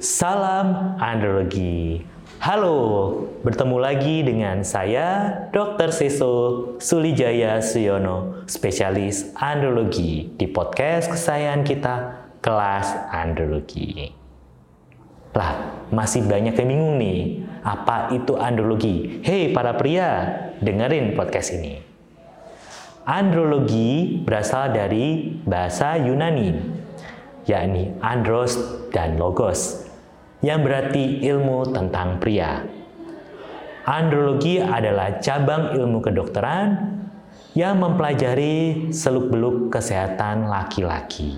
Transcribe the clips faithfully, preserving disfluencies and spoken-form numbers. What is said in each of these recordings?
Salam andrologi. Halo, bertemu lagi dengan saya dokter Seso Sulijaya Suyono, spesialis andrologi di podcast kesayangan kita, Kelas Andrologi. Lah, masih banyak yang bingung nih, apa itu andrologi? Hei para pria, dengerin podcast ini. Andrologi berasal dari bahasa Yunani, yakni andros dan logos, yang berarti ilmu tentang pria. Andrologi adalah cabang ilmu kedokteran yang mempelajari seluk-beluk kesehatan laki-laki.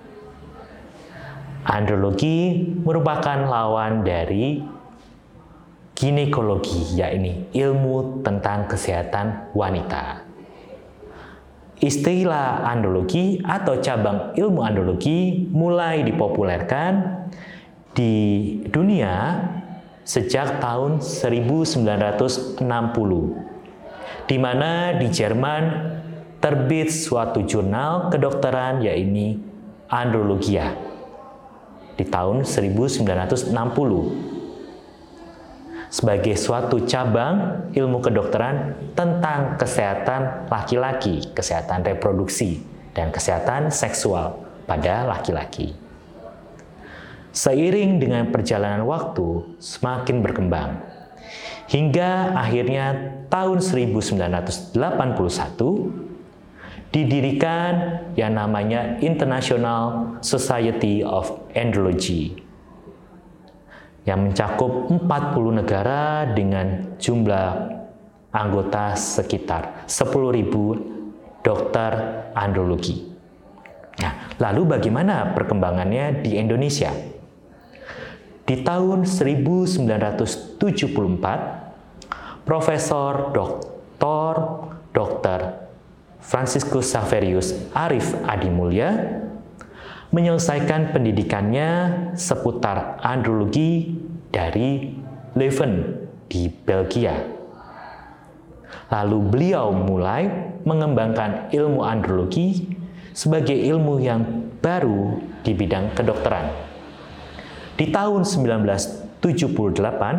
Andrologi merupakan lawan dari ginekologi, yakni ilmu tentang kesehatan wanita. Istilah andrologi atau cabang ilmu andrologi mulai dipopulerkan di dunia sejak tahun seribu sembilan ratus enam puluh, di mana di Jerman terbit suatu jurnal kedokteran yakni Andrologia di tahun seribu sembilan ratus enam puluh sebagai suatu cabang ilmu kedokteran tentang kesehatan laki-laki, kesehatan reproduksi, dan kesehatan seksual pada laki-laki. Seiring dengan perjalanan waktu semakin berkembang, hingga akhirnya tahun seribu sembilan ratus delapan puluh satu didirikan yang namanya International Society of Andrology yang mencakup empat puluh negara dengan jumlah anggota sekitar sepuluh ribu dokter andrologi. Nah, lalu bagaimana perkembangannya di Indonesia? Di tahun seribu sembilan ratus tujuh puluh empat, Profesor Doktor Dokter Franciscus Xaverius Arif Adimulya menyelesaikan pendidikannya seputar andrologi dari Leuven di Belgia. Lalu beliau mulai mengembangkan ilmu andrologi sebagai ilmu yang baru di bidang kedokteran. Di tahun sembilan belas tujuh puluh delapan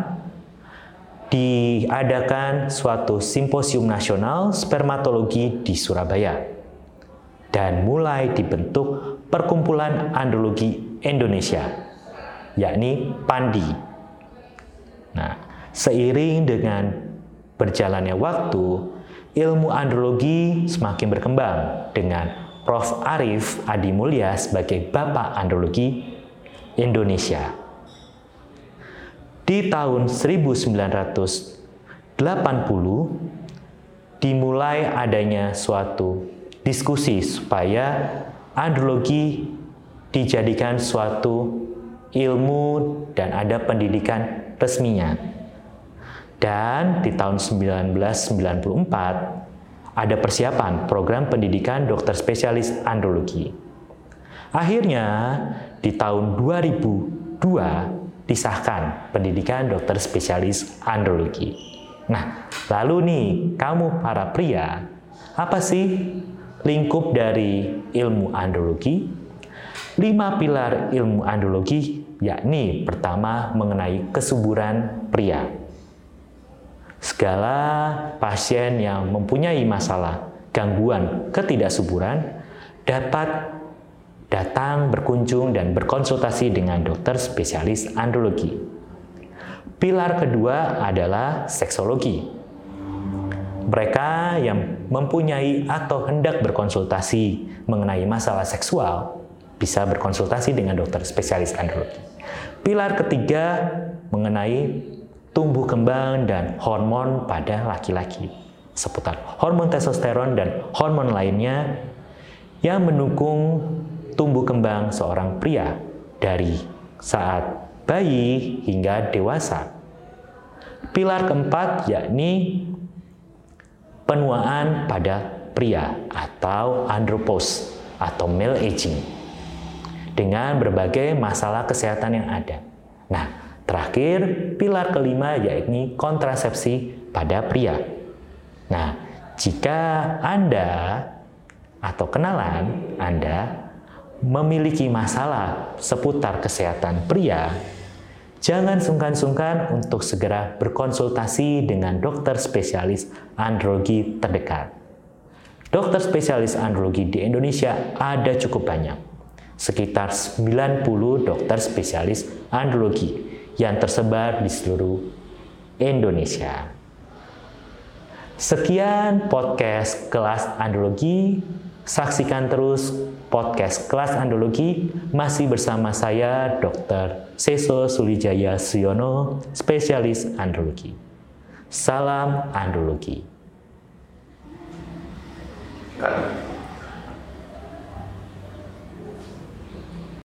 diadakan suatu simposium nasional spermatologi di Surabaya dan mulai dibentuk Perkumpulan Andrologi Indonesia, yakni PANDI. Nah, seiring dengan berjalannya waktu, ilmu andrologi semakin berkembang dengan Profesor Arif Adimulya sebagai Bapak Andrologi Indonesia. Di tahun seribu sembilan ratus delapan puluh dimulai adanya suatu diskusi supaya andrologi dijadikan suatu ilmu dan ada pendidikan resminya. Dan di tahun seribu sembilan ratus sembilan puluh empat ada persiapan program pendidikan dokter spesialis andrologi. Akhirnya di tahun dua ribu dua disahkan pendidikan dokter spesialis andrologi. Nah, lalu nih kamu para pria, apa sih lingkup dari ilmu andrologi? Lima pilar ilmu andrologi, yakni pertama mengenai kesuburan pria. Segala pasien yang mempunyai masalah gangguan ketidaksuburan dapat datang, berkunjung, dan berkonsultasi dengan dokter spesialis andrologi. Pilar kedua adalah seksologi. Mereka yang mempunyai atau hendak berkonsultasi mengenai masalah seksual bisa berkonsultasi dengan dokter spesialis andrologi. Pilar ketiga mengenai tumbuh kembang dan hormon pada laki-laki, seputar hormon testosteron dan hormon lainnya yang mendukung tumbuh kembang seorang pria dari saat bayi hingga dewasa. Pilar keempat yakni penuaan pada pria atau andropause atau male aging dengan berbagai masalah kesehatan yang ada. Nah, terakhir pilar kelima yakni kontrasepsi pada pria. Nah, jika Anda atau kenalan Anda memiliki masalah seputar kesehatan pria, Jangan sungkan-sungkan untuk segera berkonsultasi dengan dokter spesialis andrologi terdekat. Dokter spesialis andrologi di Indonesia ada cukup banyak, sekitar sembilan puluh dokter spesialis andrologi yang tersebar di seluruh Indonesia. Sekian podcast kelas andrologi. Saksikan terus podcast kelas andrologi masih bersama saya dokter Seso Sulijaya Siono, spesialis andrologi. Salam andrologi.